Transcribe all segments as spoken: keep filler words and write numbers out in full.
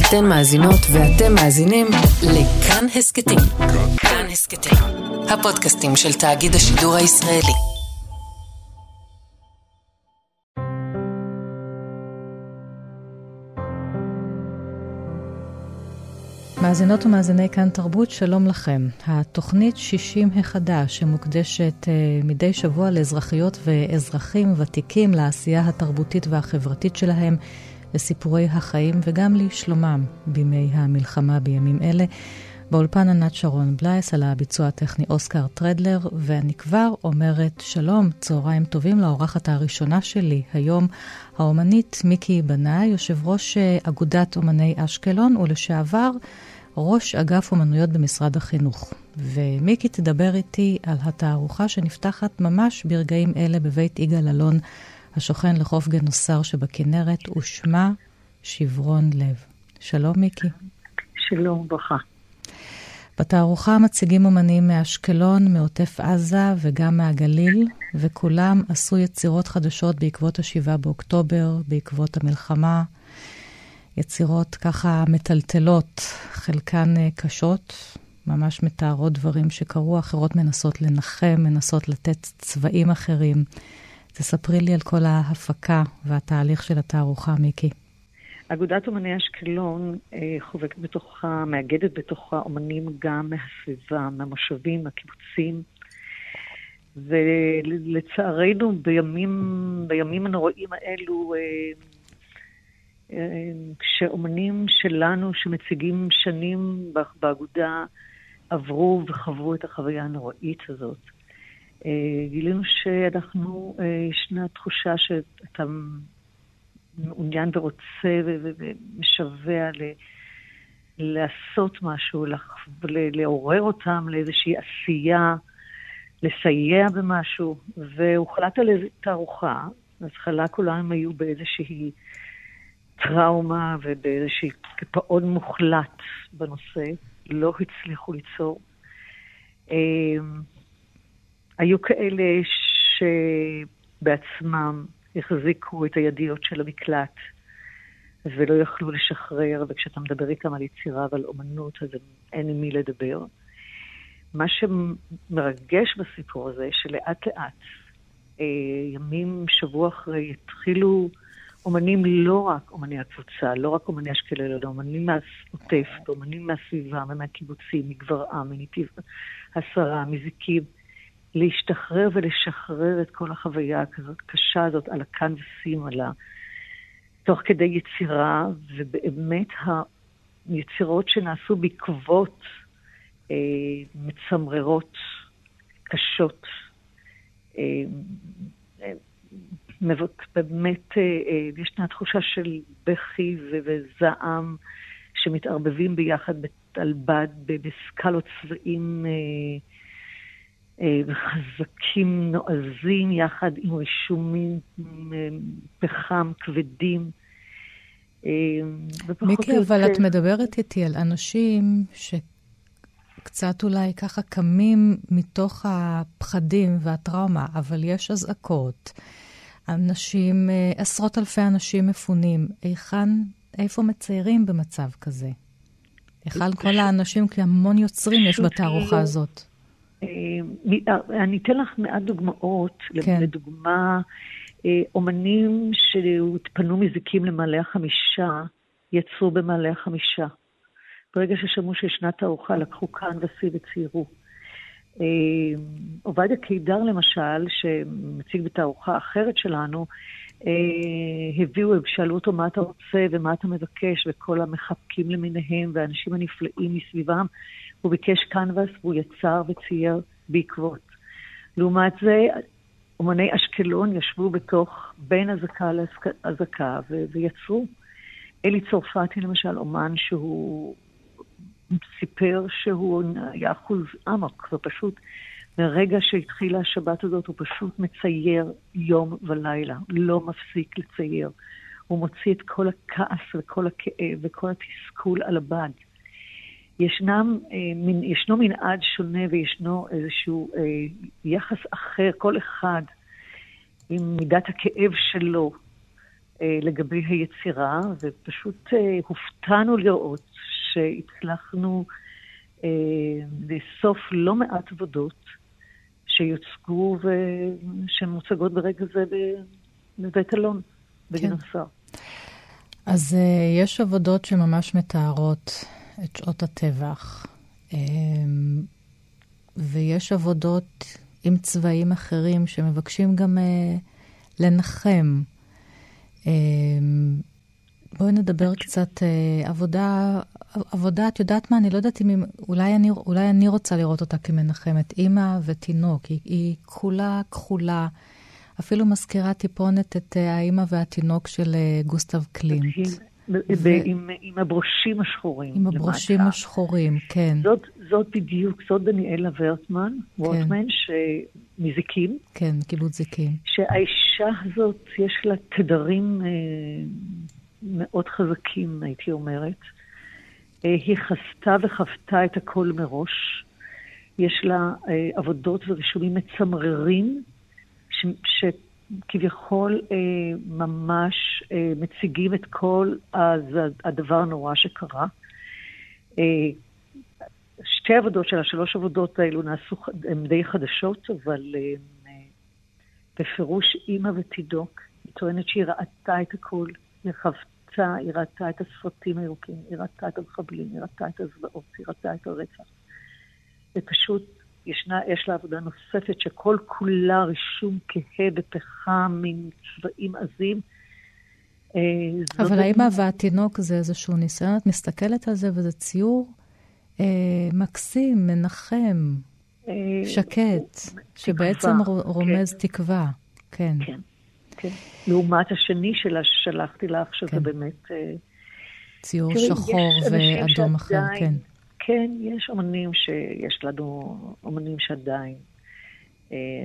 אתן מאזינות ואתם מאזינים לכאן הסקטים. כאן הסקטים, הפודקאסטים של תאגיד השידור הישראלי. מאזינות ומאזיני כאן תרבות, שלום לכם. התוכנית שישים החדש שמוקדשת uh, מדי שבוע לאזרחיות ואזרחים ותיקים לעשייה התרבותית והחברתית שלהם, לסיפורי החיים וגם לשלומם בימי המלחמה בימים אלה. באולפן ענת שרון בלייס, על הביצוע הטכני אוסקר טרדלר, ואני כבר אומרת שלום, צהריים טובים לאורחת הראשונה שלי היום, האומנית מיקי בנאי, יושב ראש אגודת אומני אשקלון ולשעבר ראש אגף אומנויות במשרד החינוך. ומיקי תדבר איתי על התערוכה שנפתחת ממש ברגעים אלה בבית יגאל אלון, השוכן לחוף גנוסר שבכנרת, ושמה שברון לב. שלום מיקי. שלום, ברכה. בתערוכה מציגים אומנים מאשקלון, מעוטף עזה וגם מהגליל, וכולם עשו יצירות חדשות בעקבות השבעה באוקטובר, בעקבות המלחמה. יצירות ככה מטלטלות, חלקן קשות, ממש מתארות דברים שקרו, אחרות מנסות לנחם, מנסות לתת צבעים אחרים. תספרי לי על כל ההפקה והתהליך של התערוכה, מיקי. אגודת אומני אשקלון חובקת בתוכה, מאגדת בתוכה אומנים גם מהסביבה, מהמושבים, מהקיבוצים. ולצערנו בימים, בימים הנוראים האלו, כשאומנים שלנו שמציגים שנים באגודה עברו וחוו את החוויה הנוראית הזאת, גילינו שאנחנו, ישנה תחושה שאתה מעוניין ורוצה ומשווה לעשות משהו, לעורר אותם לאיזושהי עשייה, לסייע במשהו, והוחלט על איזו תערוכה. בהתחלה כולם היו באיזושהי טראומה ובאיזושהי קיפאון מוחלט בנושא, לא הצליחו ליצור. היו כאלה שבעצמם החזיקו את הידיות של המקלט ולא יכלו לשחרר, וכשאתה מדבר איתם על יצירה ועל אומנות, אז אין עם מי לדבר. מה שמרגש בסיפור הזה, שלאט לאט, ימים, שבוע אחרי, התחילו אומנים, לא רק אומני הקבוצה, לא רק אומני אשקלון, אלא אומנים מהעוטף, אומנים מהסביבה, מהקיבוצים, מגברעם, מנתיב העשרה, מזיקים, להשתחרר ולשחרר את כל החוויה הכזאת קשה הזאת על הקנבסים, על ה... תוך כדי יצירה, ובאמת היצירות שנעשו בעקבות אה, מצמררות, קשות, אה, אה, באמת אה, אה, ישנה תחושה של בכי וזעם שמתערבבים ביחד בתלבד, בסקלות צבעים אה, וחזקים נועזים יחד עם רישומים פחם כבדים. מיקי, אבל את מדברת איתי על אנשים שקצת אולי ככה קמים מתוך הפחדים והטראומה, אבל יש אזעקות. אנשים, עשרות אלפי אנשים מפונים. איכן, איפה מציירים במצב כזה? איכן כל האנשים, כי המון יוצרים יש בתערוכה הזאת. אני אתן לך מעט דוגמאות, כן. לדוגמה, אומנים שהתפנו מזיקים למעלה החמישה, יצרו במעלה החמישה. ברגע ששמעו שישנה תערוכה, לקחו כאן וסי וציירו. עובדיה קידר למשל, שמציג בתערוכה אחרת שלנו, הביאו, שאלו אותו מה אתה רוצה ומה אתה מבקש, וכל המחבקים למיניהם והאנשים הנפלאים מסביבם, הוא ביקש קנבס והוא יצר וצייר בעקבות. לעומת זה, אומני אשקלון ישבו בתוך בין הזקה להזקה ו- ויצרו. אלי צרפתי למשל, אומן שהוא סיפר שהוא היה אחוז עמוק, ופשוט מרגע שהתחילה השבת הזאת הוא פשוט מצייר יום ולילה, לא מפסיק לצייר. הוא מוציא את כל הכעס וכל הכאב וכל התסכול על הבד. ישנם, ישנו מנעד שונה וישנו איזשהו יחס אחר, כל אחד עם מידת הכאב שלו, לגבי היצירה, ופשוט הופתענו לראות שהצלחנו לאסוף לא מעט עבודות שיוצגו ושמוצגות ברגע זה בבית אלון, בגינוסר. אז uh, יש עבודות שממש מתארות את שעות הטבח, um, ויש עבודות עם צבעים אחרים שמבקשים גם uh, לנחם. Um, בואי נדבר קצת uh, עבודה, עבודה, את יודעת מה? אני לא יודעת אם, אולי אני, אולי אני רוצה לראות אותה כמנחמת, אימא ותינוק, היא, היא כחולה, כחולה, אפילו מזכירה טיפונת את האימא והתינוק של גוסטב קלינט. עם הברושים השחורים. עם הברושים השחורים, כן. זאת בדיוק, זאת דניאלה ורטמן, וורטמן, מזיקים. כן, קיבוץ זיקים. שהאישה הזאת יש לה תדרים מאוד חזקים, הייתי אומרת. היא חסתה וחוותה את הכל מראש. יש לה עבודות ורישומים מצמררים, ש, שכביכול אה, ממש אה, מציגים את כל אז, הדבר הנורא שקרה. אה, שתי עבודות שלה, שלוש עבודות האלו נעשו, הן די חדשות, אבל אה, בפירוש אימא ותינוק, היא טוענת שהיא ראתה את הכל, היא חוותה, היא ראתה את הסרטים הירוקים, היא ראתה את המחבלים, היא ראתה את הזוועות, היא ראתה את הרצח. ופשוט ישנה, יש לה עבודה נוספת שכל כולה רישום כהה בפחם עם צבעים עזים. אבל האמא והתינוק זה איזשהו ניסיון, את מסתכלת על זה וזה ציור אה, מקסים, מנחם, אה, שקט, שבעצם תקווה, רומז כן. תקווה. כן. כן, כן. לעומת השני שלה ששלחתי לך, שזה כן. באמת אה, ציור שחור ואדום אחר, כן. כן, יש אומנים שיש לנו, אומנים שעדיין אה,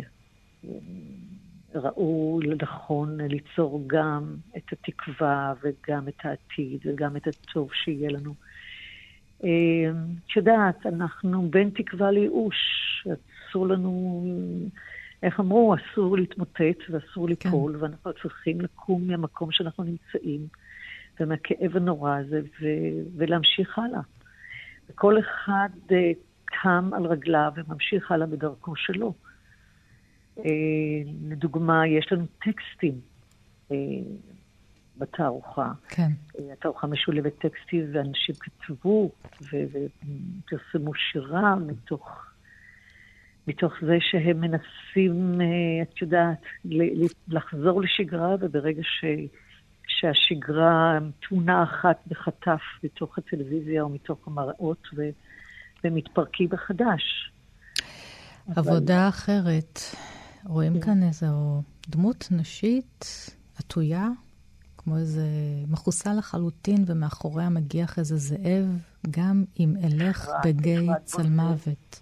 ראו לנכון ליצור גם את התקווה וגם את העתיד וגם את הטוב שיהיה לנו. אה, שדעת, אנחנו בין תקווה לייאוש, אסור לנו, איך אמרו, אסור להתמוטט ואסור ליפול, כן. ואנחנו צריכים לקום מהמקום שאנחנו נמצאים, ומהכאב הנורא הזה, ו- ולהמשיך הלאה. וכל אחד uh, קם על רגליו וממשיך הלאה בדרכו שלו. Uh, לדוגמה, יש לנו טקסטים uh, בתערוכה. כן. Uh, התערוכה משולבת טקסטים, ואנשים כתבו ופרסמו שירה מתוך, מתוך זה שהם מנסים, uh, את יודעת, לחזור לשגרה, וברגע ש... שהשגרה תמונה אחת בחטף מתוך הטלוויזיה או מתוך המראות ו... ומתפרקי בחדש. עבודה אבל... אחרת. רואים כן. כאן איזו דמות נשית, עטויה, כמו איזה מחוסה לחלוטין, ומאחוריה מגיח איזה זאב, גם אם אלך בגיא צל מוות.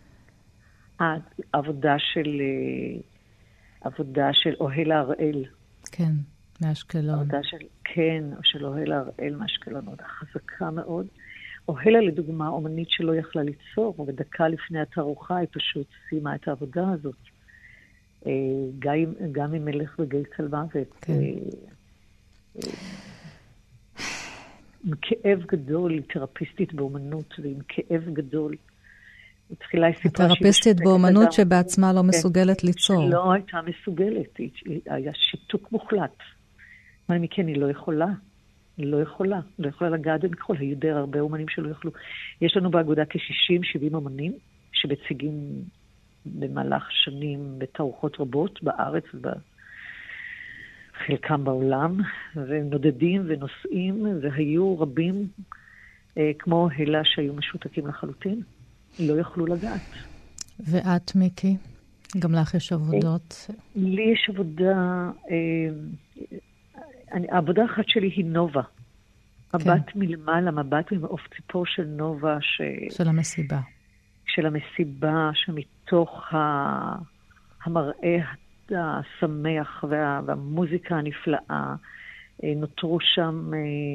העבודה של, עבודה של אוהל הראל. כן. מאשקלון. עבודה של, כן, של אוהלה הראל מאשקלון, עוד חזקה מאוד. אוהלה, לדוגמה, אומנית שלא יכלה ליצור, ודקה לפני התערוכה היא פשוט סיימה את העבודה הזאת. גם, גם עם מלך וגיא צל מוות. כן. עם כאב גדול, היא תרפיסטית באומנות, ועם כאב גדול. התרפיסטית באומנות שבעצמה לא מסוגלת ליצור. שלא הייתה מסוגלת, היה שיתוק מוחלט. מה מכן, היא לא יכולה, היא לא יכולה, לא יכולה לגעת במכחול, היו די הרבה אומנים שלא יכלו. יש לנו באגודה כ-שישים שבעים אומנים, שמציגים במהלך שנים בתערוכות רבות בארץ ובחלקם בעולם, ונודדים ונוסעים, והיו רבים כמו הילה שהיו משותקים לחלוטין, לא יכלו לגעת. ואת, מיקי? גם לך יש עבודות? לי יש עבודה, העבודה אחת שלי היא נובה. מבט מלמעלה, מבט ממעוף ציפור של נובה. של המסיבה. של המסיבה, שמתוך המראה השמח והמוזיקה הנפלאה, נותרו שם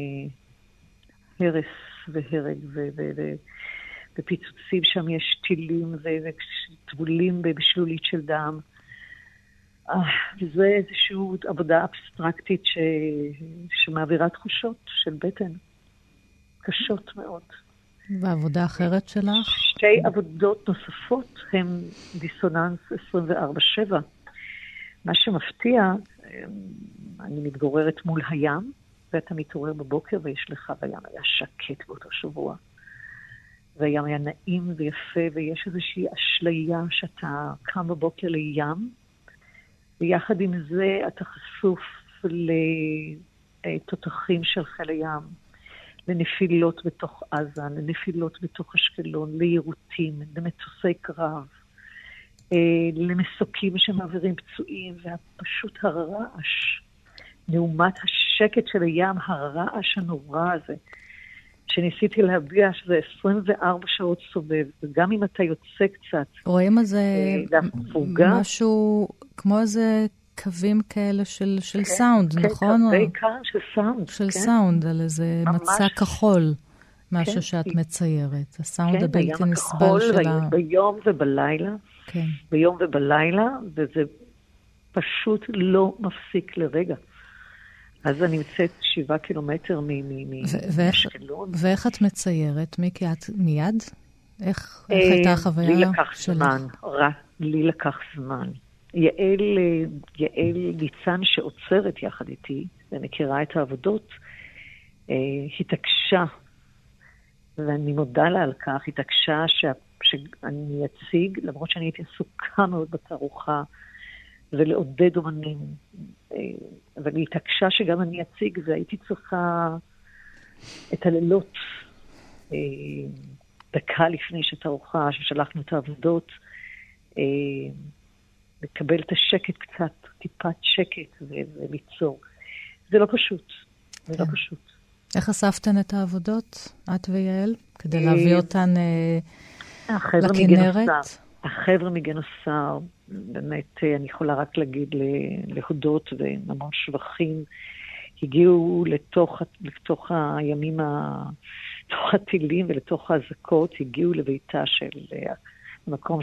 הרס והרג ופיצוצים, שם יש טילים וטבולים בשלולית של דם. וזה איזושהי עבודה אבסטרקטית ש... שמעבירה תחושות של בטן. קשות מאוד. בעבודה אחרת שלך? שתי עבודות נוספות הן דיסוננס עשרים וארבע שבע. מה שמפתיע, אני מתגוררת מול הים, ואתה מתעורר בבוקר ויש לך, והים היה שקט באותו שבוע. והים היה נעים ויפה, ויש איזושהי אשליה שאתה קם בבוקר לים, ויחד עם זה אתה חשוף לתותחים של חיל הים, לנפילות בתוך עזה, לנפילות בתוך אשקלון, ליירוטים, למטוסי קרב, למסוקים שמעבירים פצועים, ופשוט הרעש, לעומת השקט של הים, הרעש הנורא הזה, שניסיתי להביע שזה עשרים וארבע שעות סובב, וגם אם אתה יוצא קצת, רואים איזה להפוגה, משהו כמו איזה קווים כאלה של, של כן, סאונד, כן, נכון? כן, קווי קר של סאונד. של כן. סאונד, על איזה ממש... מצע כחול, משהו כן, שאת כן. מציירת. הסאונד כן, הבלתי נסבל שלה. ביום ובלילה, כן. ביום ובלילה, וזה פשוט לא מפסיק לרגע. אז אני נמצאת שבעה קילומטר משקלון. ואיך את מציירת? מיקי, את מיד? איך הייתה החוויה שלך? לי לקח זמן, רק לי לקח זמן. יעל, יעל ניצן שעוצרת יחד איתי, ומכירה את העבודות, התעקשה, ואני מודה לה על כך, התעקשה שאני אציג, למרות שאני הייתי עסוקה מאוד בתערוכה, ולעודד אומנים, אבל היא התעקשה שגם אני אציג, והייתי צריכה את הלילות, דקה לפני שתערוכה, ששלחנו את העבודות, לקבל את השקט קצת, טיפת שקט וליצור. זה לא פשוט, זה לא פשוט. איך אספתן את העבודות, את ויעל, כדי להביא אותן לכנרת? החבר'ה מגנוסר, באמת אני יכולה רק להגיד להודות והמון שבחים, הגיעו לתוך, לתוך הימים, לתוך הטילים ולתוך ההזקות, הגיעו לביתה של מקום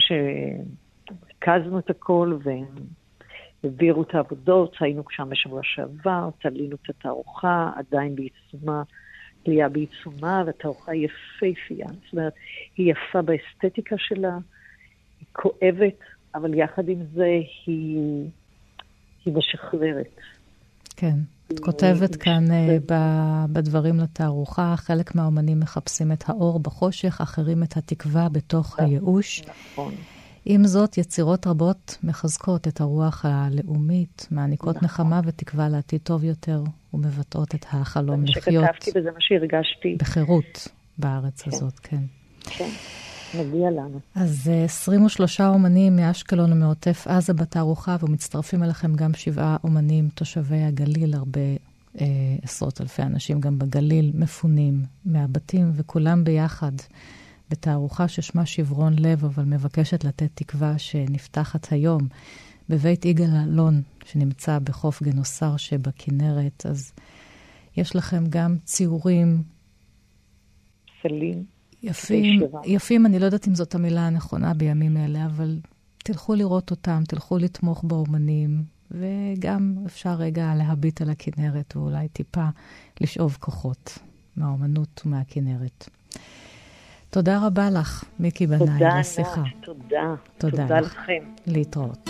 שהקזנו את הכל והעבירו את העבודות, היינו שם בשבוע שעבר, תלינו את התערוכה, עדיין בעיצומה, תליה בעיצומה, והתערוכה היא יפהפייה, זאת אומרת, היא יפה באסתטיקה שלה, היא כואבת, אבל יחד עם זה היא, היא משחררת. כן, את כותבת כאן בדברים לתערוכה, חלק מהאומנים מחפשים את האור בחושך, אחרים את התקווה בתוך הייאוש. נכון. עם זאת, יצירות רבות מחזקות את הרוח הלאומית, מעניקות נכון. נחמה ותקווה לעתיד טוב יותר, ומבטאות את החלום לחיות. מה שכתבתי וזה מה שהרגשתי. בחירות בארץ כן. הזאת, כן. כן, מגיע לנו. אז עשרים ושלושה אומנים מאשקלון ומעוטף עזה בתערוכה, ומצטרפים אליכם גם שבעה אומנים תושבי הגליל, הרבה אה, עשרות אלפי אנשים גם בגליל, מפונים מהבתים, וכולם ביחד. בתערוכה ששמה שברון לב, אבל מבקשת לתת תקווה שנפתחת היום בבית יגאל אלון, שנמצא בחוף גנוסר שבכנרת. אז יש לכם גם ציורים פסלים יפים, יפים, אני לא יודעת אם זאת המילה הנכונה בימים אלה, אבל תלכו לראות אותם, תלכו לתמוך באומנים, וגם אפשר רגע להביט על הכנרת, ואולי טיפה לשאוב כוחות מהאומנות ומהכנרת. תודה רבה לך, מיקי בנאי, לשיחה. תודה, תודה. תודה לכם. להתראות.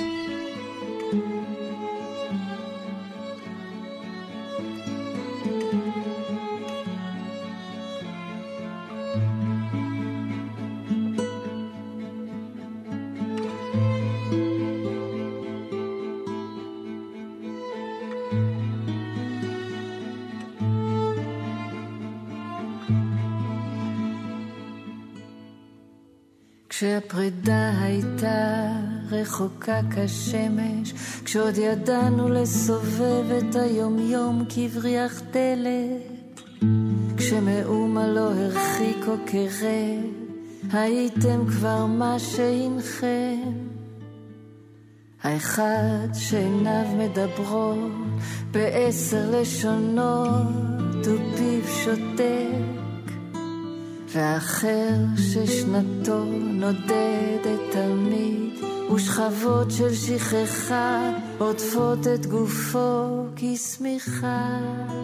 כשהפרידה הייתה רחוקה כשמש, כשעוד ידענו לסובב את היום יום כבריח דלת, כשמאומה לא הרחיק או קרב, הייתם כבר מה שהנכם. האחד שעיניו מדברות בעשר לשונות ופיו שותק, והאחר ששנתו נודדת תמיד ושכבות של שכחה עוטפות את גופו כשמיכה.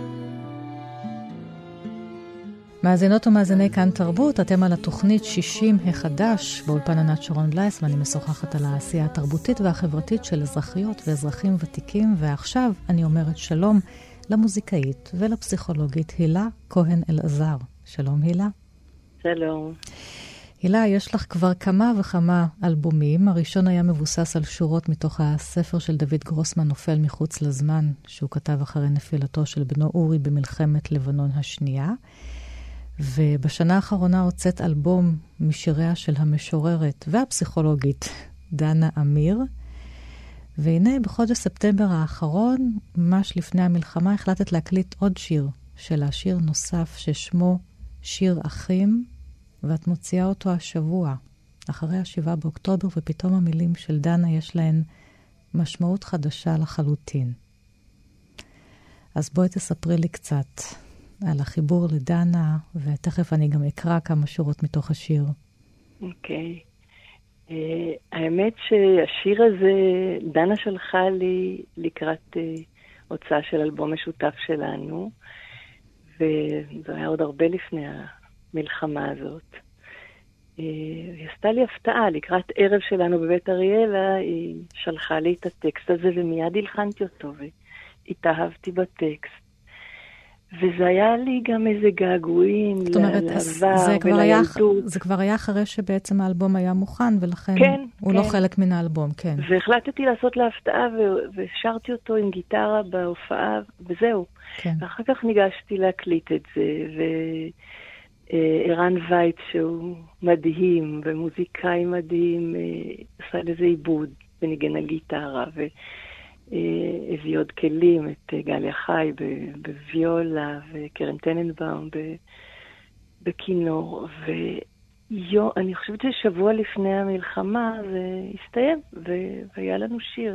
מאזינות ומאזיני כאן תרבות, אתם על התוכנית שישים החדש באולפן ענת שרון בלייס, ואני משוחחת על העשייה התרבותית והחברתית של אזרחיות ואזרחים ותיקים, ועכשיו אני אומרת שלום למוזיקאית ולפסיכולוגית הילה כהן אלעזר. שלום הילה. שלום. הילה, יש לך כבר כמה וכמה אלבומים. הראשון היה מבוסס על שורות מתוך הספר של דוד גרוסמן, נופל מחוץ לזמן, שהוא כתב אחרי נפילתו של בנו אורי במלחמת לבנון השנייה. ובשנה האחרונה הוצאת אלבום משיריה של המשוררת והפסיכולוגית דנה אמיר. והנה בחודש ספטמבר האחרון, ממש לפני המלחמה, החלטת להקליט עוד שיר שלה, שיר נוסף ששמו שיר אחים, ואת מוציאה אותו השבוע, אחרי השבעה באוקטובר, ופתאום המילים של דנה יש להן משמעות חדשה לחלוטין. אז בואי תספרי לי קצת על החיבור לדנה, ותכף אני גם אקרא כמה שורות מתוך השיר. אוקיי. Okay. Uh, האמת שהשיר הזה, דנה שלחה לי לקראת uh, הוצאה של אלבום משותף שלנו, וזה היה עוד הרבה לפני המלחמה הזאת. Uh, היא עשתה לי הפתעה, לקראת ערב שלנו בבית אריאלה, היא שלחה לי את הטקסט הזה, ומיד הלחנתי אותו, והתאהבתי בטקסט. וזה היה לי גם איזה געגועים לעבר ולילדות. זה כבר היה אחרי שבעצם האלבום היה מוכן, ולכן כן, הוא כן. לא חלק מן האלבום, כן. והחלטתי לעשות להפתעה, ושרתי אותו עם גיטרה בהופעה, וזהו. כן. ואחר כך ניגשתי להקליט את זה, וערן וייץ, שהוא מדהים, ומוזיקאי מדהים, עשה לזה עיבוד, וניגן על גיטרה, ו... הביא עוד כלים, את גליה חי בוויולה וקרן טננבאום בכינור, ואני חושבת ששבוע לפני המלחמה זה הסתיים, והיה לנו שיר.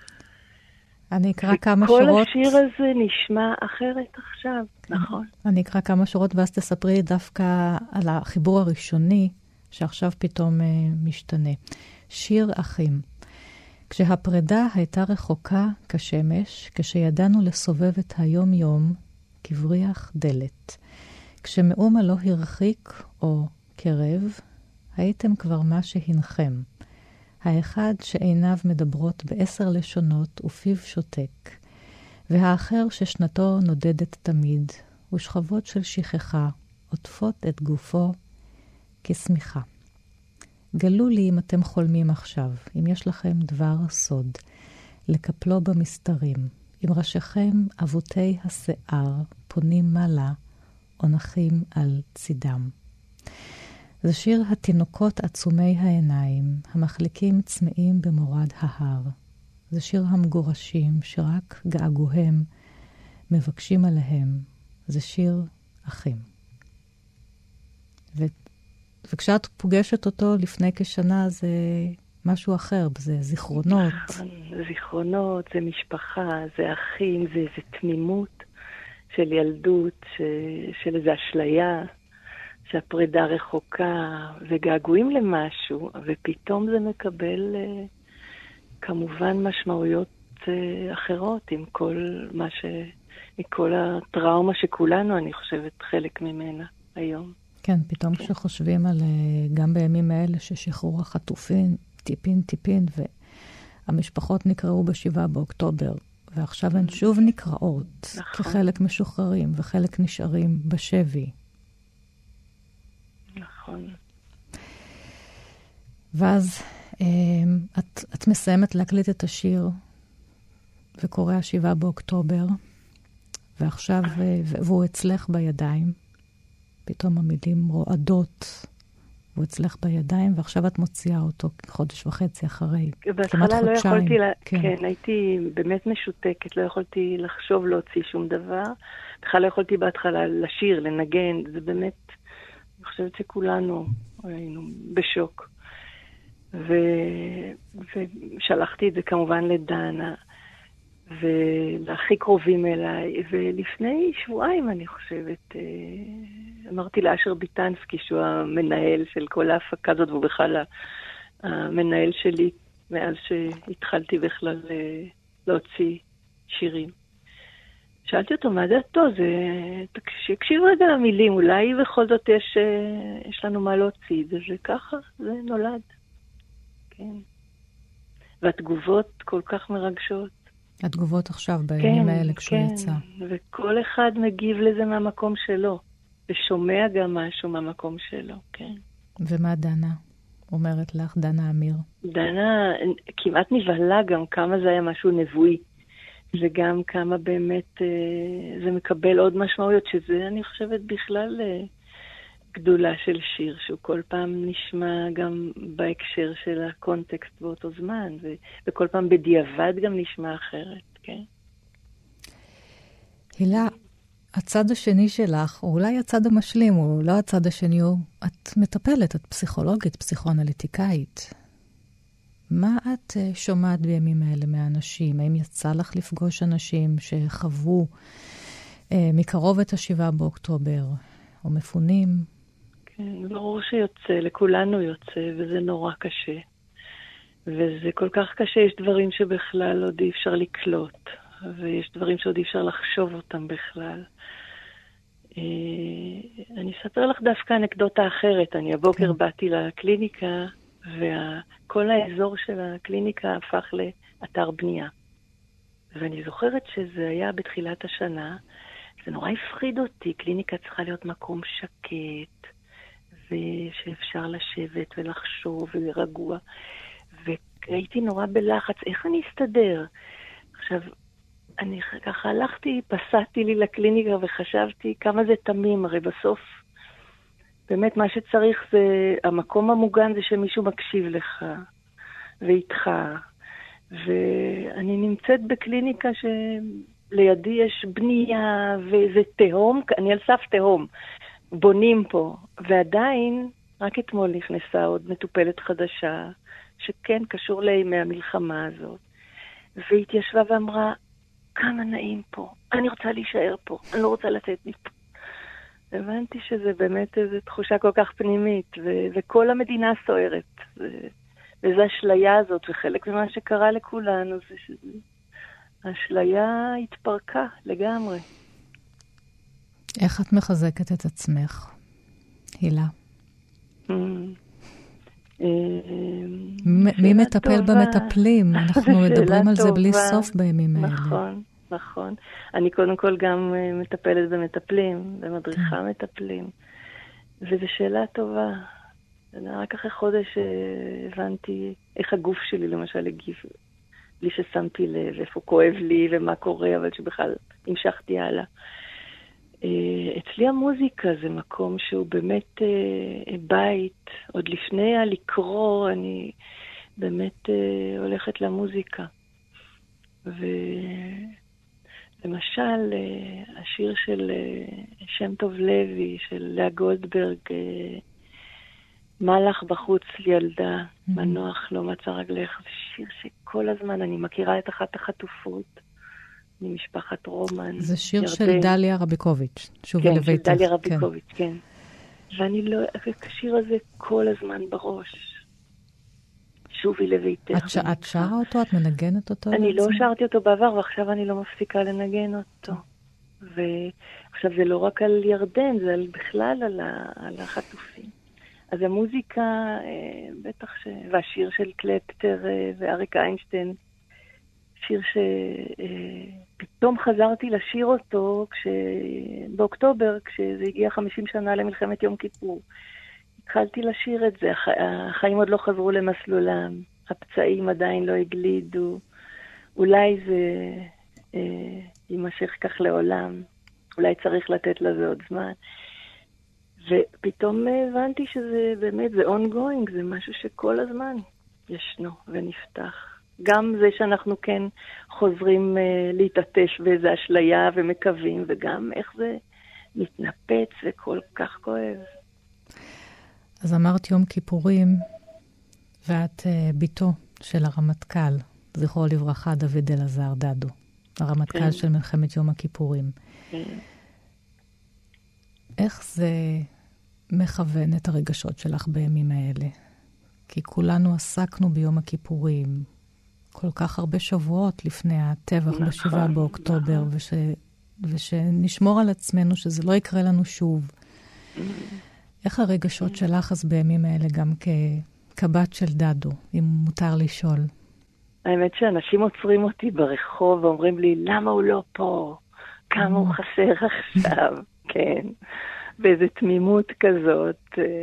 אני אקרא כמה שורות. וכל השיר הזה נשמע אחרת עכשיו, נכון? אני אקרא כמה שורות ואז תספרי דווקא על החיבור הראשוני, שעכשיו פתאום משתנה. שיר אחים. כשהפרידה הייתה רחוקה כשמש, כשידענו לסובב את היום יום כבריח דלת. כשמאומה לא הרחיק או קרב, הייתם כבר מה שהנחם. האחד שעיניו מדברות בעשר לשונות ופיו שותק, והאחר ששנתו נודדת תמיד, ושכבות של שכחה עוטפות את גופו כשמיכה. גלו לי אם אתם חולמים עכשיו, אם יש לכם דבר סוד, לקפלו במסתרים, אם ראשיכם אבותי השיער פונים מעלה, או נחים על צידם. זה שיר התינוקות עצומי העיניים, המחליקים צמאים במורד ההר. זה שיר המגורשים שרק געגוהם מבקשים עליהם. זה שיר אחים. ו... וכשאת פוגשת אותו לפני כשנה, זה משהו אחר, זה זיכרונות. זיכרונות, זה משפחה, זה אחים, זה איזו תמימות של ילדות, ש... של איזו אשליה, שהפרידה רחוקה, וגעגועים למשהו, ופתאום זה מקבל כמובן משמעויות אחרות, עם כל מה ש... מכל הטראומה שכולנו, אני חושבת, חלק ממנה היום. כן, פתאום כן. כשחושבים על, גם בימים האלה ששחרור החטופים, טיפין טיפין, והמשפחות נקראו בשבעה באוקטובר, ועכשיו הן שוב נקראות, נכון. כחלק משוחררים, וחלק נשארים בשבי. נכון. ואז את, את מסיימת להקליט את השיר, וקורא השבעה באוקטובר, ועכשיו, והוא אצלך בידיים, פתאום המילים רועדות, הוא אצלך בידיים, ועכשיו את מוציאה אותו חודש וחצי אחרי, כמעט חודשיים. לא יכולתי, לה... כן. כן, הייתי באמת משותקת, לא יכולתי לחשוב להוציא שום דבר, בכלל לא יכולתי בהתחלה לשיר, לנגן, זה באמת, אני חושבת שכולנו היינו בשוק. ו... ושלחתי את זה כמובן לדנה, ולהכי קרובים אליי, ולפני שבועיים אני חושבת, אמרתי לאשר ביטנסקי, שהוא המנהל של כל ההפקה הזאת, והוא בכלל המנהל שלי מאז שהתחלתי בכלל להוציא שירים. שאלתי אותו, מה דעתו? זה... שיקשיב רגע למילים, אולי בכל זאת יש, יש לנו מה להוציא, וזה ככה, זה נולד. כן. והתגובות כל כך מרגשות. התגובות עכשיו, בימים כן, האלה, כשהוא כן. יצא. וכל אחד מגיב לזה מהמקום שלו, ושומע גם משהו מהמקום שלו, כן. ומה דנה אומרת לך, דנה אמיר? דנה כמעט נבהלה גם כמה זה היה משהו נבואי. וגם כמה באמת אה, זה מקבל עוד משמעויות, שזה אני חושבת בכלל אה, גדולה של שיר, שהוא כל פעם נשמע גם בהקשר של הקונטקסט באותו זמן, ו- וכל פעם בדיעבד גם נשמע אחרת, כן? הילה, הצד השני שלך, או אולי הצד המשלים, או לא הצד השני, הוא, את מטפלת, את פסיכולוגית, פסיכואנליטיקאית. מה את uh, שומעת בימים האלה מהאנשים? האם יצא לך לפגוש אנשים שחוו uh, מקרוב את השבעה באוקטובר, או מפונים? כן, ברור שיוצא, לכולנו יוצא, וזה נורא קשה. וזה כל כך קשה, יש דברים שבכלל עוד אי אפשר לקלוט, ויש דברים שעוד אי אפשר לחשוב אותם בכלל. Uh, אני אספר לך דווקא אנקדוטה אחרת. אני הבוקר כן. באתי לקליניקה, וכל האזור של הקליניקה הפך לאתר בנייה. ואני זוכרת שזה היה בתחילת השנה, זה נורא הפחיד אותי, קליניקה צריכה להיות מקום שקט, ושאפשר לשבת ולחשוב ולרגוע, והייתי נורא בלחץ, איך אני אסתדר? עכשיו, אני ככה הלכתי, פסעתי לי לקליניקה וחשבתי כמה זה תמים, הרי בסוף, באמת מה שצריך זה, המקום המוגן זה שמישהו מקשיב לך, ואיתך, ואני נמצאת בקליניקה שלידי יש בנייה, וזה תהום, אני על סף תהום, בונים פה, ועדיין, רק אתמול נכנסה עוד מטופלת חדשה, שכן קשור לימי המלחמה הזאת, והתיישבה ואמרה, כמה נעים פה, אני רוצה להישאר פה, אני לא רוצה לצאת מפה. הבנתי שזה באמת איזו תחושה כל כך פנימית, ו- וכל המדינה סוערת. ו- וזו השליה הזאת, וחלק ממה שקרה לכולנו, זה שהשליה התפרקה לגמרי. איך את מחזקת את עצמך, הילה? מי מטפל במטפלים? אנחנו מדברים על זה בלי סוף בימים האלה. נכון. נכון. אני קודם כל גם מטפלת במטפלים, במדריכה מטפלים. וזו שאלה טובה. רק אחרי חודש הבנתי איך הגוף שלי למשל הגיב, בלי ששמתי לב, איפה כואב לי ומה קורה, אבל שבכלל המשכתי הלאה. אצלי המוזיקה זה מקום שהוא באמת בית. עוד לפני הלקרוא, אני באמת הולכת למוזיקה. ו... למשל, השיר של שם טוב לוי, של לאה גולדברג, מלאך בחוץ ילדה, מנוח לא מצא רגלך, זה שיר שכל הזמן, אני מכירה את אחת החטופות, ממשפחת רומן. זה שיר ירדן. של דליה רביקוביץ', שובי כן, לביתך. כן, של דליה רביקוביץ', כן. כן. ואני לא, השיר הזה כל הזמן בראש. שובי לביתך. את, ש... את שרה אותו? את מנגנת אותו? אני בעצם? לא שרתי אותו בעבר, ועכשיו אני לא מפסיקה לנגן אותו. ועכשיו זה לא רק על ירדן, זה על, בכלל על, ה... על החטופים. אז המוזיקה, בטח ש... והשיר של קלפטר ואריק איינשטיין, שיר שפתאום חזרתי לשיר אותו כש... באוקטובר, כשזה הגיע חמישים שנה למלחמת יום כיפור. התחלתי לשיר את זה, הח... החיים עוד לא חזרו למסלולם, הפצעים עדיין לא הגלידו, אולי זה אה, יימשך כך לעולם, אולי צריך לתת לזה עוד זמן. ופתאום הבנתי שזה באמת, זה ongoing, זה משהו שכל הזמן ישנו ונפתח. גם זה שאנחנו כן חוזרים אה, להתעטש באיזו אשליה ומקווים, וגם איך זה מתנפץ וכל כך כואב. אז אמרת יום כיפורים, ואת uh, ביתו של הרמטכ"ל, זכרו לברכה, דוד אלעזר דדו, הרמטכ"ל כן. של מלחמת יום הכיפורים. כן. איך זה מכוון את הרגשות שלך בימים האלה? כי כולנו עסקנו ביום הכיפורים, כל כך הרבה שבועות לפני הטבח נכון, בשבעה באוקטובר, נכון. וש, ושנשמור על עצמנו שזה לא יקרה לנו שוב. איך הרגשות שלך אז בימים האלה גם כקבת של דדו, אם מותר לשאול? האמת שאנשים עוצרים אותי ברחוב ואומרים לי, למה הוא לא פה? כמה הוא חסר עכשיו? כן. באיזו תמימות כזאת.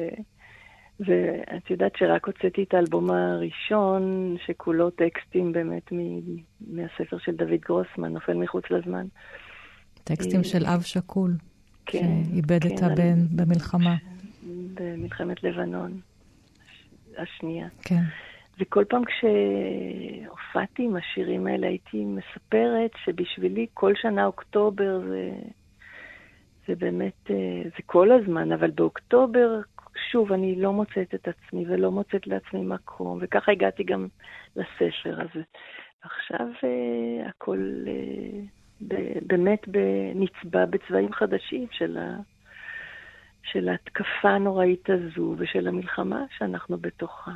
ואת יודעת שרק הוצאתי את האלבום הראשון, שכולו טקסטים באמת מ- מהספר של דוד גרוסמן, נופל מחוץ לזמן. טקסטים של אב שקול, כן, שאיבד כן, את הבן במלחמה. במלחמת לבנון השנייה. כן. וכל פעם כשהופעתי עם השירים האלה, הייתי מספרת שבשבילי כל שנה אוקטובר זה, זה באמת, זה כל הזמן, אבל באוקטובר, שוב, אני לא מוצאת את עצמי ולא מוצאת לעצמי מקום, וככה הגעתי גם לספר הזה. עכשיו הכל באמת נצבע בצבעים חדשים של ה... של ההתקפה הנוראית הזו ושל המלחמה שאנחנו בתוכה.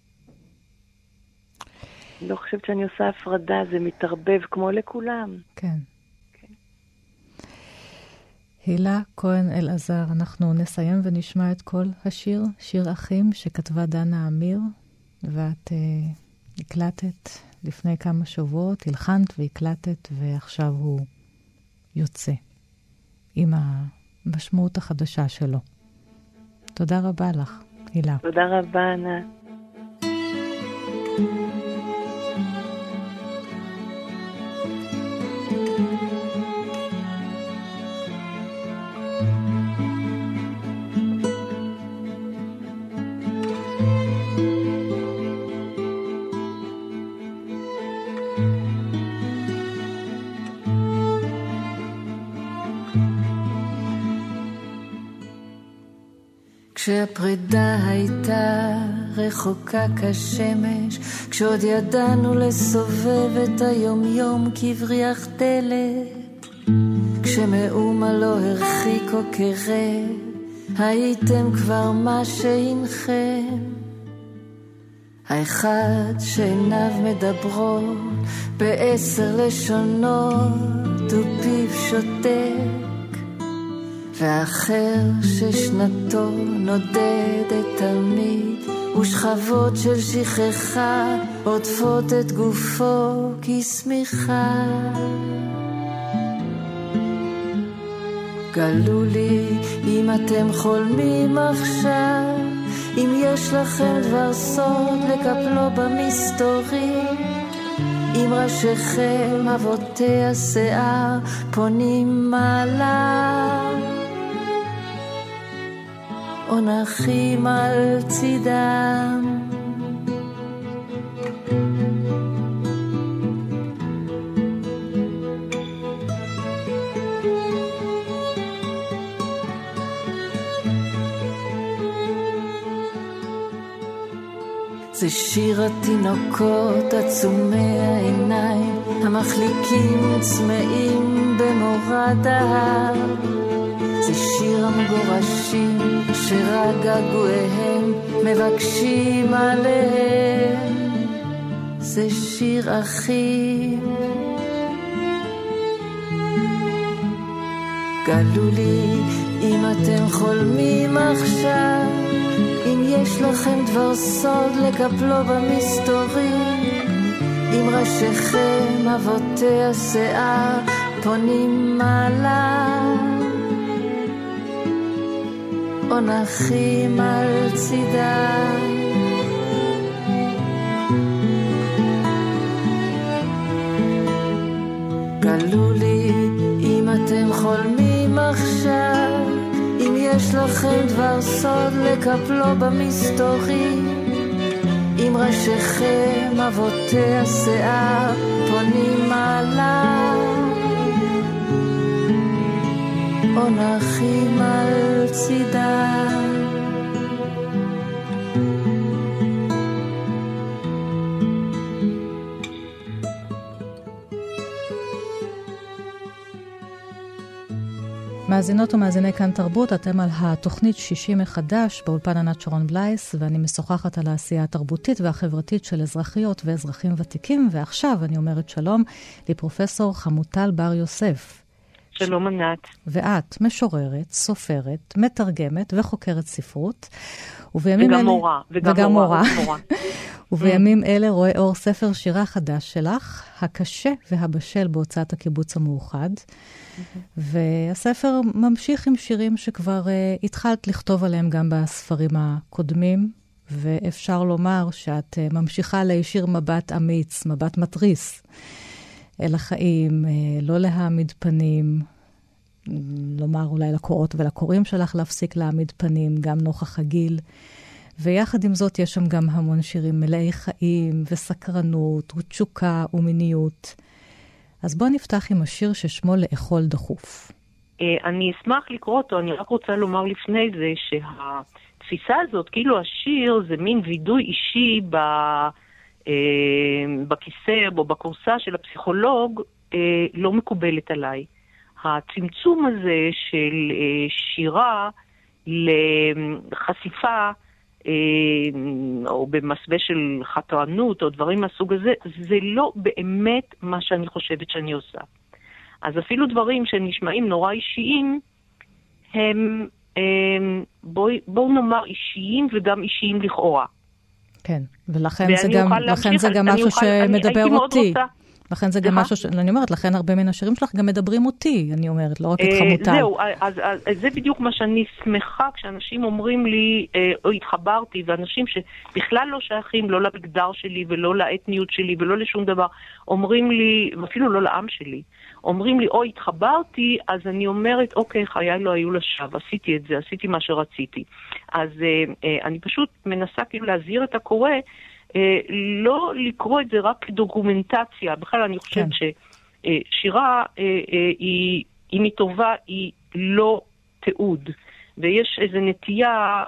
לא חושבת שאני עושה הפרדה, זה מתערבב כמו לכולם. כן. כן. הילה כהן אלעזר, אנחנו נסיים ונשמע את כל השיר, שיר אחים שכתבה דנה אמיר, ואת uh, הקלטת לפני כמה שבועות, הלחנת והקלטת, ועכשיו הוא יוצא עם המשמעות החדשה שלו. תודה רבה לך, הילה. תודה רבה, ענת. כשהפרידה הייתה רחוקה כשמש, כשעוד ידענו לסובב את היום יום כבריח דלת, כשמאומה לא הרחיק או קרב, הייתם כבר מה שהנכם. האחד שעיניו מדברות בעשר לשונות ופיו שותק, והאחר ששנתו נודדת תמיד, ושכבות של שכחה עוטפות את גופו כשמיכה. גלו לי אם אתם חולמים עכשיו, אם יש לכם דבר סוד לקפלו במסתורים, אם ראשיכם אבותי השיער פונים מעלה, או נחים על צידם. זה שיר התינוקות עצומי העיניים, המחליקים צמאים במורד ההר. זה שיר המגורשים שרק געגועיהם מבקשים עליהם. זה שיר אחים. גלו לי אם אתם חולמים עכשיו, אם יש לכם דבר סוד לקפלו במסתורים, אם ראשיכם אבותי השיער פונים מעלה, או נחים על צידם. גלו לי אם אתם חולמים עכשיו, אם יש לכם דבר סוד לקפלו במסתורים, אם ראשיכם אבותי השיער פונים מעלה, או נחים על צידם. מאזינות ומאזיני כאן תרבות, אתם על התוכנית שישים מחדש באולפן ענת שרון בלייס, ואני משוחחת על העשייה התרבותית והחברתית של אזרחיות ואזרחים ותיקים, ועכשיו אני אומרת שלום לפרופסור חמוטל בר יוסף. שלום ענת. ואת משוררת, סופרת, מתרגמת וחוקרת ספרות. ובימים וגם אלה... מורה. וגם, וגם מורה. מורה. ובימים אלה רואה אור ספר שירה חדש שלך, הקשה והבשל בהוצאת הקיבוץ המאוחד. והספר ממשיך עם שירים שכבר uh, התחלת לכתוב עליהם גם בספרים הקודמים, ואפשר לומר שאת uh, ממשיכה להישיר מבט אמיץ, מבט מטריס אל החיים, uh, לא להעמיד פנים, לומר אולי לקורות ולקוראים שלך להפסיק להעמיד פנים, גם נוכח הגיל. ויחד עם זאת יש שם גם המון שירים מלאי חיים וסקרנות ותשוקה ומיניות. אז בוא נפתח עם השיר ששמו לאכול דחוף. אני אשמח לקרוא אותו, אני רק רוצה לומר לפני זה שהתפיסה הזאת, כאילו השיר זה מין וידוי אישי בכיסא או בקורסה של הפסיכולוג, לא מקובלת עליי. הצמצום הזה של שירה לחשיפה, או במסווה של חתרנות או דברים מהסוג הזה, זה לא באמת מה שאני חושבת שאני עושה. אז אפילו דברים שנשמעים נורא אישיים, הם, הם בואו בוא נאמר אישיים וגם אישיים לכאורה. כן, ולכן זה גם, לכן זה גם משהו אוכל, שמדבר אני, אותי. רוצה... לכן זה גם משהו, ש... אני אומרת, לכן הרבה מן השירים שלך גם מדברים אותי, אני אומרת, לא רק את חמוטל. זהו, אז, אז, אז זה בדיוק מה שאני שמחה כשאנשים אומרים לי, או התחברתי, ואנשים שבכלל לא שייכים, לא למגדר שלי ולא לאתניות שלי ולא לשום דבר, אומרים לי, ואפילו לא לעם שלי, אומרים לי, או התחברתי, אז אני אומרת, אוקיי, חיי לא היו לשווא, עשיתי את זה, עשיתי מה שרציתי. אז אני פשוט מנסה כאילו להזהיר את הקורא, לא לקרוא את זה רק כדוקומנטציה. בכלל אני חושבת ששירה, אם היא טובה, היא לא תיעוד. ויש איזו נטייה,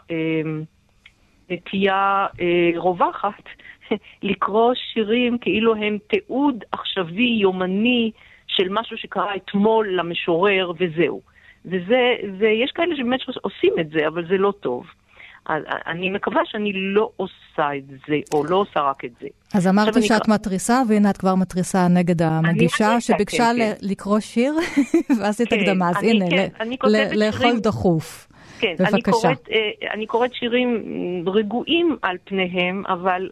נטייה רווחת, לקרוא שירים כאילו הם תיעוד עכשווי, יומני, של משהו שקרה אתמול למשורר, וזהו. וזה, ויש כאלה שבאמת עושים את זה, אבל זה לא טוב. אז אני מקווה שאני לא עושה את זה, או לא עושה רק את זה. אז אמרתי שאת מטריסה, והנה את כבר מטריסה נגד המגישה, שביקשה לקרוא שיר, ועשית הקדמה. אז הנה, לאכול דחוף. כן, אני קוראת שירים רגועים על פניהם, אבל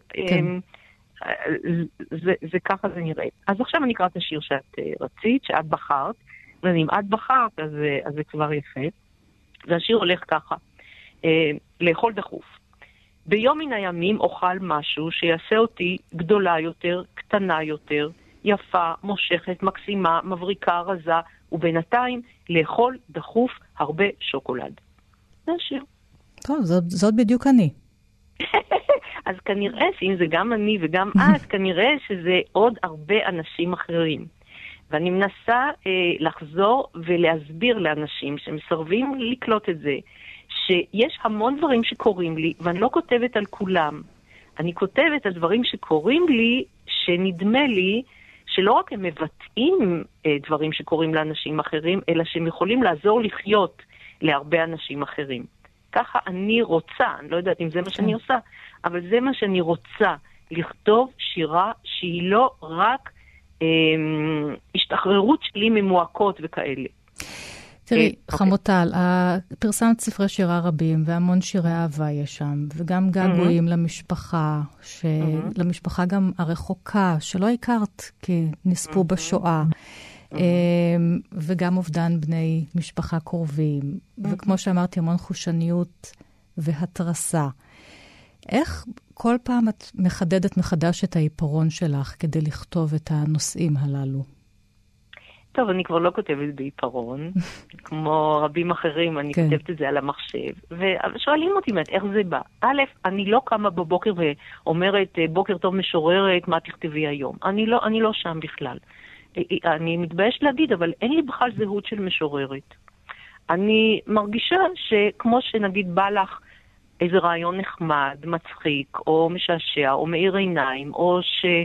זה ככה זה נראה. אז עכשיו אני אקרא את השיר שאת רצית, שאת בחרת, ואם את בחרת, אז זה כבר יפה. והשיר הולך ככה. לאכול דחוף. ביום מן הימים אוכל משהו שיעשה אותי גדולה יותר, קטנה יותר, יפה, מושכת, מקסימה, מבריקה, רזה, ובינתיים לאכול דחוף הרבה שוקולד. זה השיר. טוב, זאת, זאת בדיוק אני. אז כנראה שאם זה גם אני וגם את, כנראה שזה עוד הרבה אנשים אחרים. ואני מנסה אה, לחזור ולהסביר לאנשים שמסרבים לקלוט את זה, שיש המון דברים שקורים לי, ואני לא כותבת על כולם. אני כותבת על דברים שקורים לי, שנדמה לי שלא רק הם מבטאים אה, דברים שקורים לאנשים אחרים, אלא שהם יכולים לעזור לחיות להרבה אנשים אחרים. ככה אני רוצה, אני לא יודעת אם זה מה שאני עושה, אבל זה מה שאני רוצה, לכתוב שירה שהיא לא רק אה, השתחררות שלי ממועקות וכאלה. תראי, חמוטל, פרסמת ספרי שירה רבים, והמון שירי אהבה יש שם, וגם געגועים למשפחה, למשפחה גם הרחוקה, שלא הכרת כי נספו בשואה, וגם אובדן בני משפחה קרובים, וכמו שאמרתי, המון חושניות והתרסה. איך כל פעם את מחדדת מחדש את העיפרון שלך כדי לכתוב את הנושאים הללו? טוב, אני כבר לא כותבת בעיפרון, כמו רבים אחרים, אני כן. כותבת את זה על המחשב, ושואלים אותי, איך זה בא? א', אני לא קמה בבוקר ואומרת, בוקר טוב משוררת, מה תכתבי היום? אני לא, אני לא שם בכלל. אני מתבייש להגיד, אבל אין לי בכלל זהות של משוררת. אני מרגישה שכמו שנגיד בא לך איזה רעיון נחמד, מצחיק, או משעשע, או מאיר עיניים, או ש...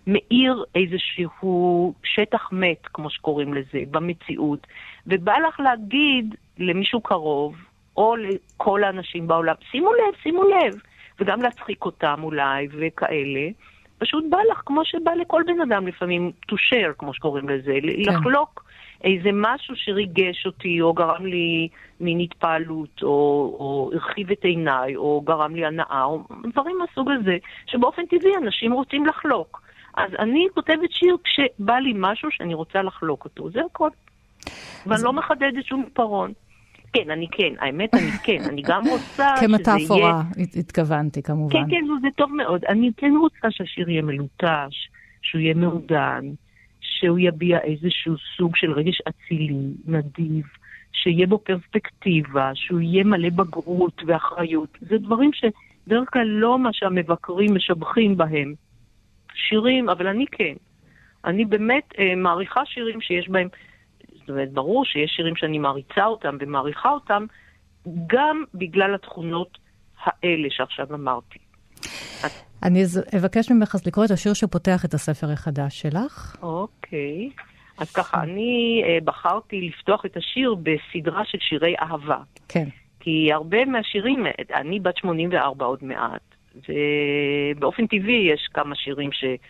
מאיר איזשהו שטח מת, כמו שקוראים לזה, במציאות, ובא לך להגיד למישהו קרוב, או לכל האנשים בעולם, שימו לב, שימו לב, וגם להצחיק אותם אולי, וכאלה, פשוט בא לך כמו שבא לכל בן אדם לפעמים, to share, כמו שקוראים לזה, כן. לחלוק איזה משהו שריגש אותי, או גרם לי מין התפעלות, או, או הרחיב את עיניי, או גרם לי הנאה, או דברים מהסוג הזה, שבאופן טבעי אנשים רוצים לחלוק. אז אני כותבת שיר כשבא לי משהו שאני רוצה לחלוק אותו, זה הכל. ואני זה... לא מחדדת שום פרון. כן, אני כן, האמת אני כן, אני גם רוצה כמטאפורה, התכוונתי כמובן. כן, כן, זה טוב מאוד. אני כן רוצה שהשיר יהיה מלוטש, שהוא יהיה מעודן, שהוא יביע איזשהו סוג של רגש אצילי, נדיב, שיהיה בו פרספקטיבה, שהוא יהיה מלא בגרות ואחריות. זה דברים שדרך כלל לא מה שהמבקרים משבחים בהם. שירים, אבל אני כן. אני באמת אה, מעריכה שירים שיש בהם, זאת אומרת, ברור שיש שירים שאני מעריצה אותם ומעריכה אותם, גם בגלל התכונות האלה שעכשיו אמרתי. אני אבקש ממך אז לקרוא את השיר שפותח את הספר החדש שלך. אוקיי. אז ככה, אני אה, בחרתי לפתוח את השיר בסדרה של שירי אהבה. כן. כי הרבה מהשירים, אני בת שמונים וארבע עוד מעט, ובאופן טבעי יש כמה שירים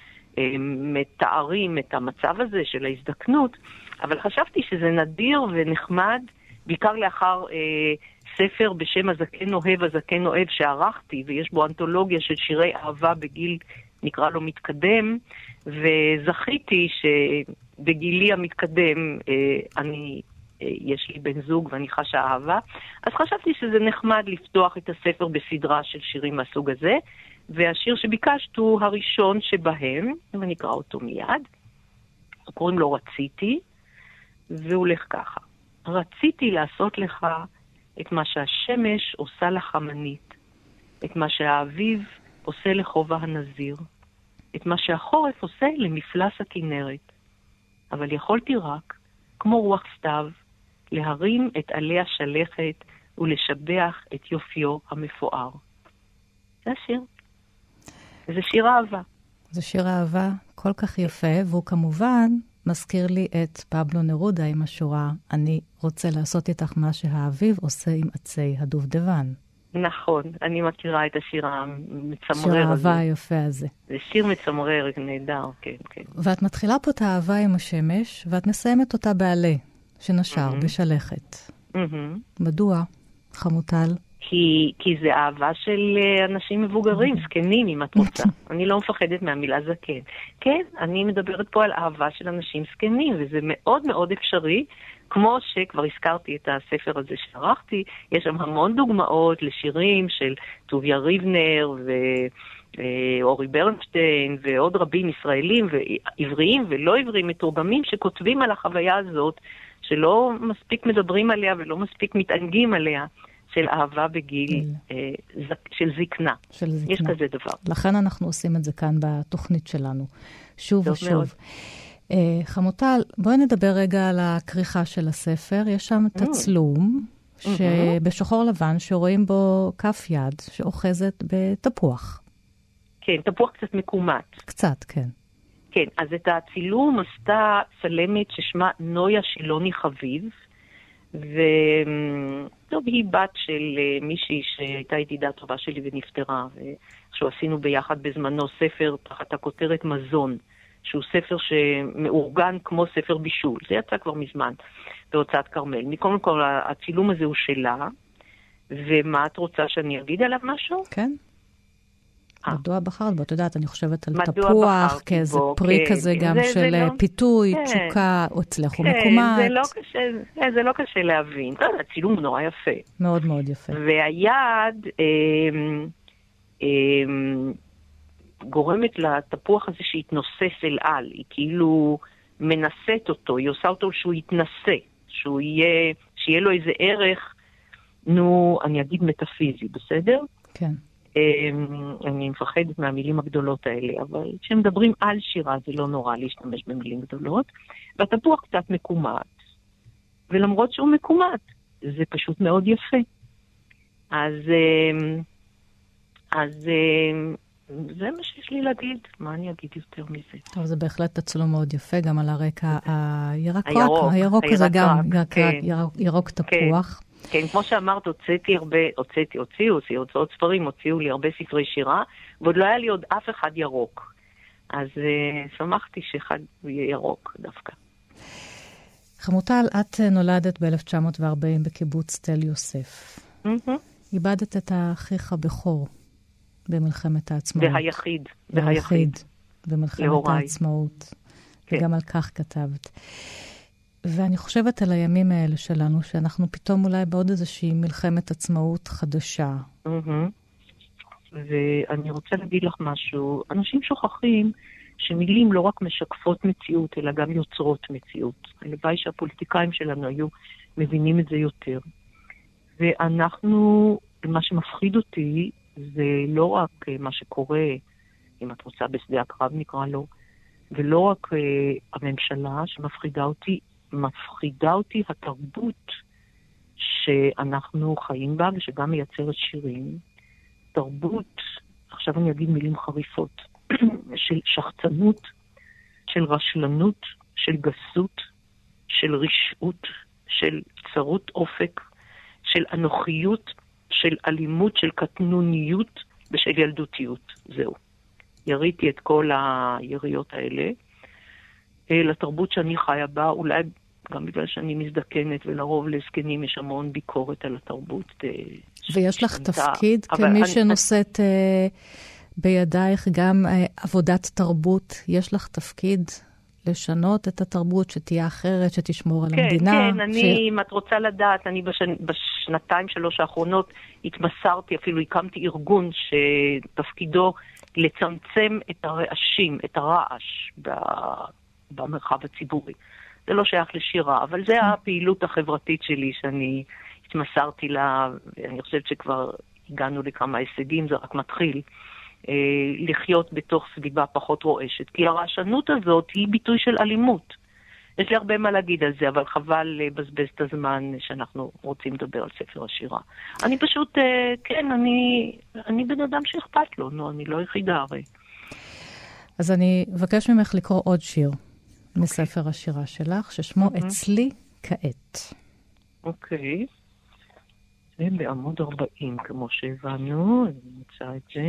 שמתארים את המצב הזה של ההזדקנות, אבל חשבתי שזה נדיר ונחמד, בעיקר לאחר אה, ספר בשם הזקן אוהב, הזקן אוהב שערכתי, ויש בו אנתולוגיה של שירי אהבה בגיל, נקרא לו מתקדם, וזכיתי שבגילי המתקדם אה, אני... יש לי בן זוג ואני חשה אהבה, אז חשבתי שזה נחמד לפתוח את הספר בסדרה של שירים מהסוג הזה, והשיר שביקשת הוא הראשון שבהם, אם אני אקרא אותו מיד, קוראים לו רציתי, והוא הולך ככה. רציתי לעשות לך את מה שהשמש עושה לחמנית, את מה שהאביב עושה לחובה הנזיר, את מה שהחורף עושה למפלס הכנרת, אבל יכולתי רק, כמו רוח סתיו, להרים את עלי השלכת ולשבח את יופיו המפואר. זה השיר. זה שיר אהבה. זה שיר אהבה כל כך יפה, והוא כמובן מזכיר לי את פבלו נרודה עם השורה, אני רוצה לעשות איתך מה שהאביב עושה עם עצי הדובדבן. נכון, אני מכירה את השיר המצמרר הזה. שיר האהבה היפה הזה. זה שיר מצמרר, נהדר, כן, כן. ואת מתחילה פה את האהבה עם השמש, ואת מסיימת אותה בעלה. שנשר, mm-hmm. בשלכת. Mm-hmm. מדוע, חמוטל? כי, כי זה אהבה של אנשים מבוגרים, זקנים, אם את רוצה. אני לא מפחדת מהמילה זקן. כן, אני מדברת פה על אהבה של אנשים זקנים, וזה מאוד מאוד אפשרי, כמו שכבר הזכרתי את הספר הזה שערכתי, יש שם המון דוגמאות לשירים של טוביה ריבנר ו... אורי ברנשטיין ועוד רבים ישראלים ועבריים ולא עבריים מתורגמים שכותבים על החוויה הזאת שלא מספיק מדברים עליה ולא מספיק מתענגים עליה של אהבה בגיל אה, של זקנה. של זקנה. יש כזה דבר. לכן אנחנו עושים את זה כאן בתוכנית שלנו. שוב ושוב. מאוד. אה, חמוטל, בואי נדבר רגע על הכריכה של הספר. יש שם mm. תצלום שבשחור לבן שרואים בו כף יד שאוחזת בתפוח. כן, תפוח קצת מקומט. קצת, כן. כן, אז את הצילום עשתה צלמת ששמה נויה שילוני חביב, וטוב, היא בת של מישהי שהייתה ידידה טובה שלי ונפטרה, ועכשיו עשינו ביחד בזמנו ספר תחת הכותרת מזון, שהוא ספר שמאורגן כמו ספר בישול, זה יצא כבר מזמן בהוצאת כרמל. מכל מקום, הצילום הזה הוא שלה, ומה את רוצה שאני אגיד עליו משהו? כן. מדוע בחרת בו? את יודעת, אני חושבת על תפוח, כאיזה פרי כזה גם של פיתוי, תשוקה, או אצלך הוא מקומט. זה לא קשה להבין. הצילום נורא יפה. מאוד מאוד יפה. והיד גורמת לתפוח הזה שיתנוסס אל על. היא כאילו מנסית אותו, היא עושה אותו שהוא יתנסה, שיהיה לו איזה ערך, נו, אני אגיד מטאפיזי, בסדר? כן. אני מפחדת מהמילים הגדולות האלה, אבל כשמדברים על שירה זה לא נורא להשתמש במילים גדולות, והתפוח קצת מקומט, ולמרות שהוא מקומט, זה פשוט מאוד יפה. אז, אז זה מה שיש לי להגיד, מה אני אגיד יותר מזה? טוב, זה בהחלט תצלום מאוד יפה, גם על הרקע הירקוק, הירוק, הירוק הזה גם, כן. ירוק, ירוק תפוח. כן, כן, כמו שאמרת, הוצאתי הרבה, הוצאתי, הוציאו, הוציאו, הוצאות ספרים, הוציאו לי הרבה ספרי שירה, ועוד לא היה לי עוד אף אחד ירוק. אז uh, שמחתי שאחד יהיה ירוק דווקא. חמוטל, את נולדת ב-אלף תשע מאות וארבעים בקיבוץ תל יוסף. Mm-hmm. איבדת את האחיך הבכור במלחמת העצמאות. והיחיד. והיחיד. במלחמת להוריי. העצמאות. כן. וגם על כך כתבת. ואני חושבת על הימים האלה שלנו, שאנחנו פתאום אולי בעוד איזושהי מלחמת עצמאות חדשה. Mm-hmm. ואני רוצה להגיד לך משהו. אנשים שוכחים שמילים לא רק משקפות מציאות, אלא גם יוצרות מציאות. הלוואי שהפוליטיקאים שלנו היו מבינים את זה יותר. ואנחנו, מה שמפחיד אותי, זה לא רק מה שקורה, אם את רוצה בשדה הקרב נקרא לו, ולא רק uh, הממשלה שמפחידה אותי, מפחידה אותי התרבות שאנחנו חיים בה ושגם מייצרת שירים. תרבות, עכשיו אני אגיד מילים חריפות, של שחצנות, של רשלנות, של גסות, של רשעות, של צרות אופק, של אנוכיות, של אלימות, של קטנוניות ושל ילדותיות. זהו. יריתי את כל היריות האלה לתרבות שאני חיה בה, אולי גם בגלל שאני מזדקנת, ולרוב לזקנים יש המון ביקורת על התרבות. ויש לך תפקיד כמי שנושאת בידייך גם עבודת תרבות, יש לך תפקיד לשנות את התרבות, שתהיה אחרת, שתשמור על כן, המדינה. כן, אני, אם את רוצה לדעת, אני בשנ... בשנתיים שלוש האחרונות התמסרתי, אפילו הקמתי ארגון שתפקידו לצמצם את הרעשים, את הרעש ב... במרחב הציבורי. זה לא שייך לשירה, אבל זה הפעילות החברתית שלי שאני התמסרתי לה, ואני חושבת שכבר הגענו לכמה הישגים, זה רק מתחיל. לחיות בתוך סביבה פחות רועשת. כי הרעשנות הזאת היא ביטוי של אלימות. יש לי הרבה מה להגיד על זה, אבל חבל לבזבז את הזמן שאנחנו רוצים לדבר על ספר השירה. אני פשוט, כן, אני, אני בן אדם שאכפת לו, נו, אני לא יחידה הרי. אז אני מבקש ממך לקרוא עוד שיר okay. מספר השירה שלך, ששמו mm-hmm. אצלי כעת. אוקיי. Okay. זה בעמוד ארבעים, כמו שהבנו, אני נמצא את זה.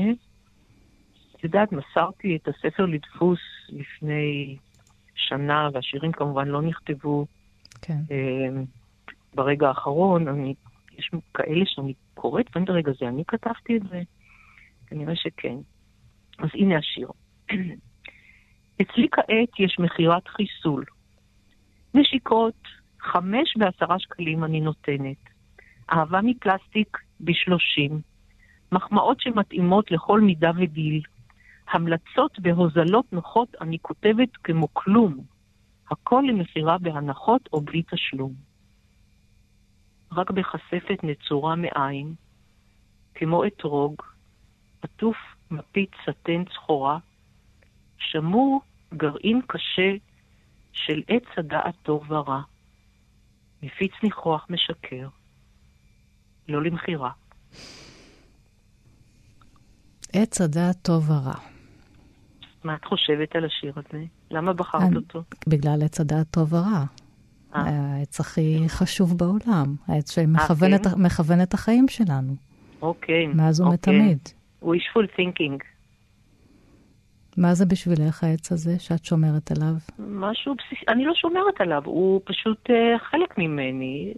את יודעת, מסרתי את הספר לדפוס לפני שנה, והשירים כמובן לא נכתבו. כן. ברגע האחרון, אני, יש כאלה שאני קוראת, ואני ברגע זה, אני כתבתי את זה. כנראה שכן. אז הנה השיר. אצלי כעת יש מחירת חיסול. נשיקות, חמש ועשרה שקלים אני נותנת. אהבה מפלסטיק בשלושים. מחמאות שמתאימות לכל מידה וגיל. המלצות בהוזלות נוחות אני כותבת כמו כלום. הכל למחירה בהנחות או בלי תשלום. רק בחשפת נצורה מעין, כמו אתרוג, עטוף מפית סטן צחורה, שמור גרעין קשה של עץ הדעת טוב ורע. מפיץ ניחוח משקר. לא למחירה. עץ הדעת טוב ורע. מה את חושבת על השיר הזה? למה בחרת אני, אותו? בגלל עץ הדעת טוב ורע. העץ הכי חשוב בעולם. העץ שמכוון את החיים שלנו. אוקיי. מאז ומתמיד. wishful thinking. מה זה בשבילך העץ הזה שאת שומרת עליו? משהו בסיסי. אני לא שומרת עליו. הוא פשוט uh, חלק ממני.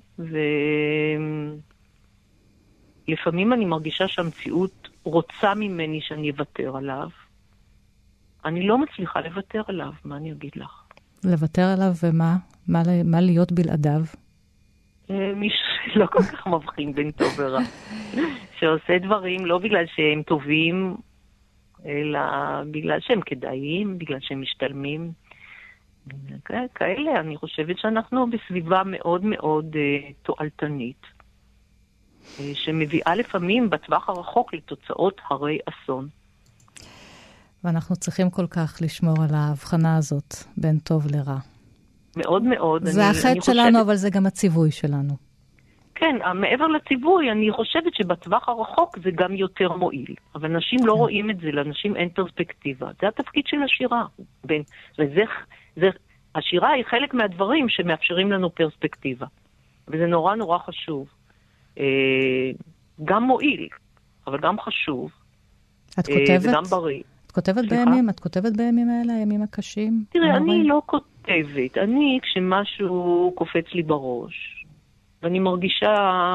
ולפעמים אני מרגישה שהמציאות רוצה ממני שאני אוותר עליו. אני לא מצליחה לוותר עליו. מה אני אגיד לך? לוותר עליו ומה? מה, מה להיות בלעדיו? מי שלא כל כך מבחין בין טוב ורע. שעושה דברים לא בגלל שהם טובים, אלא בגלל שהם כדאיים, בגלל שהם משתלמים. כאלה, אני חושבת שאנחנו בסביבה מאוד מאוד uh, תועלתנית, uh, שמביאה לפעמים בטווח הרחוק לתוצאות הרי אסון. ואנחנו צריכים כל כך לשמור על ההבחנה הזאת בין טוב לרע. מאוד מאוד. זה החטא שלנו, אבל זה גם הציווי שלנו. כן, מעבר לציווי, אני חושבת שבטווח הרחוק זה גם יותר מועיל. אבל אנשים לא רואים את זה, לאנשים אין פרספקטיבה. זה התפקיד של השירה. בין, וזה, זה, השירה היא חלק מהדברים שמאפשרים לנו פרספקטיבה. וזה נורא נורא חשוב. גם מועיל, אבל גם חשוב. את כותבת? וגם בריא. את כותבת בימים? את כותבת בימים האלה, הימים הקשים? תראה, אני לא כותבת. אני, כשמשהו קופץ לי בראש, ואני מרגישה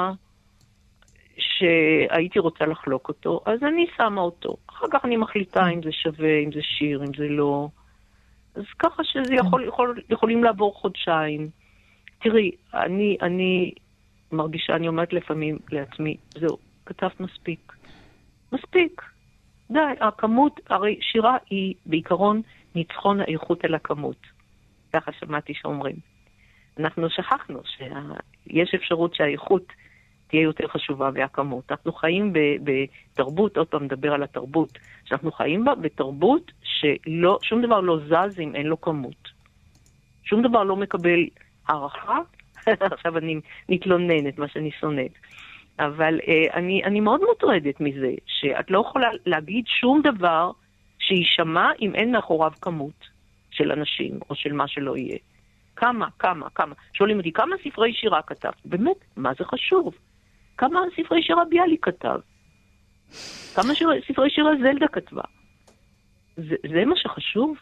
שהייתי רוצה לחלוק אותו, אז אני שמה אותו. אחר כך אני מחליטה אם זה שווה, אם זה שיר, אם זה לא. אז ככה שזה יכול, יכול, יכולים לעבור חודשיים. תראי, אני, אני מרגישה, אני אומרת לפעמים לעצמי, זהו, כתבת מספיק. מספיק. די, הכמות, הרי שירה היא בעיקרון ניצחון האיכות על הכמות. ככה שמעתי שאומרים. אנחנו שכחנו שיש אפשרות שהאיכות תהיה יותר חשובה מהכמות. אנחנו חיים בתרבות, עוד פעם נדבר על התרבות, שאנחנו חיים בה בתרבות שלא, שום דבר לא זז אם אין לו כמות. שום דבר לא מקבל הערכה, עכשיו אני מתלוננת מה שאני שונאת. אבל אה, אני, אני מאוד מוטרדת מזה, שאת לא יכולה להגיד שום דבר שישמע אם אין מאחוריו כמות של אנשים או של מה שלא יהיה. כמה, כמה, כמה. שואלים אותי, כמה ספרי שירה כתב? באמת, מה זה חשוב? כמה ספרי שירה ביאליק כתב? כמה שיר, ספרי שירה זלדה כתבה? זה, זה מה שחשוב?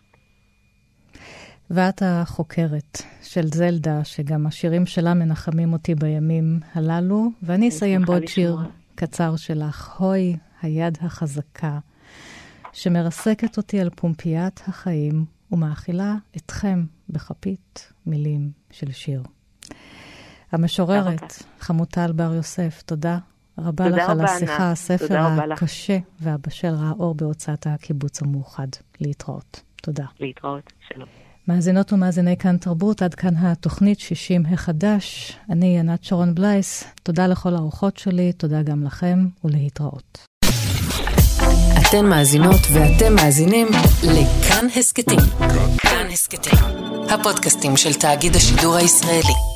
ואת החוקרת של זלדה, שגם השירים שלה מנחמים אותי בימים הללו, ואני אסיים בעוד שיר קצר שלך, הוי היד החזקה, שמרסקת אותי על פומפיית החיים, ומאכילה אתכם בכפית מילים של שיר. המשוררת, חמוטל בר יוסף, תודה רבה לך על השיחה, הספר הקשה והבשל רע אור בהוצאת הקיבוץ המאוחד. להתראות. תודה. להתראות, שלום. מאזינות ומאזיני כאן תרבות, עד כאן התוכנית שישים החדש. אני ענת שרון בלייס, תודה לכל האורחות שלי, תודה גם לכם ולהתראות. אתן מאזינות ואתם מאזינים לכאן הסקטים. כאן הסקטים, הפודקאסטים של תאגיד השידור הישראלי.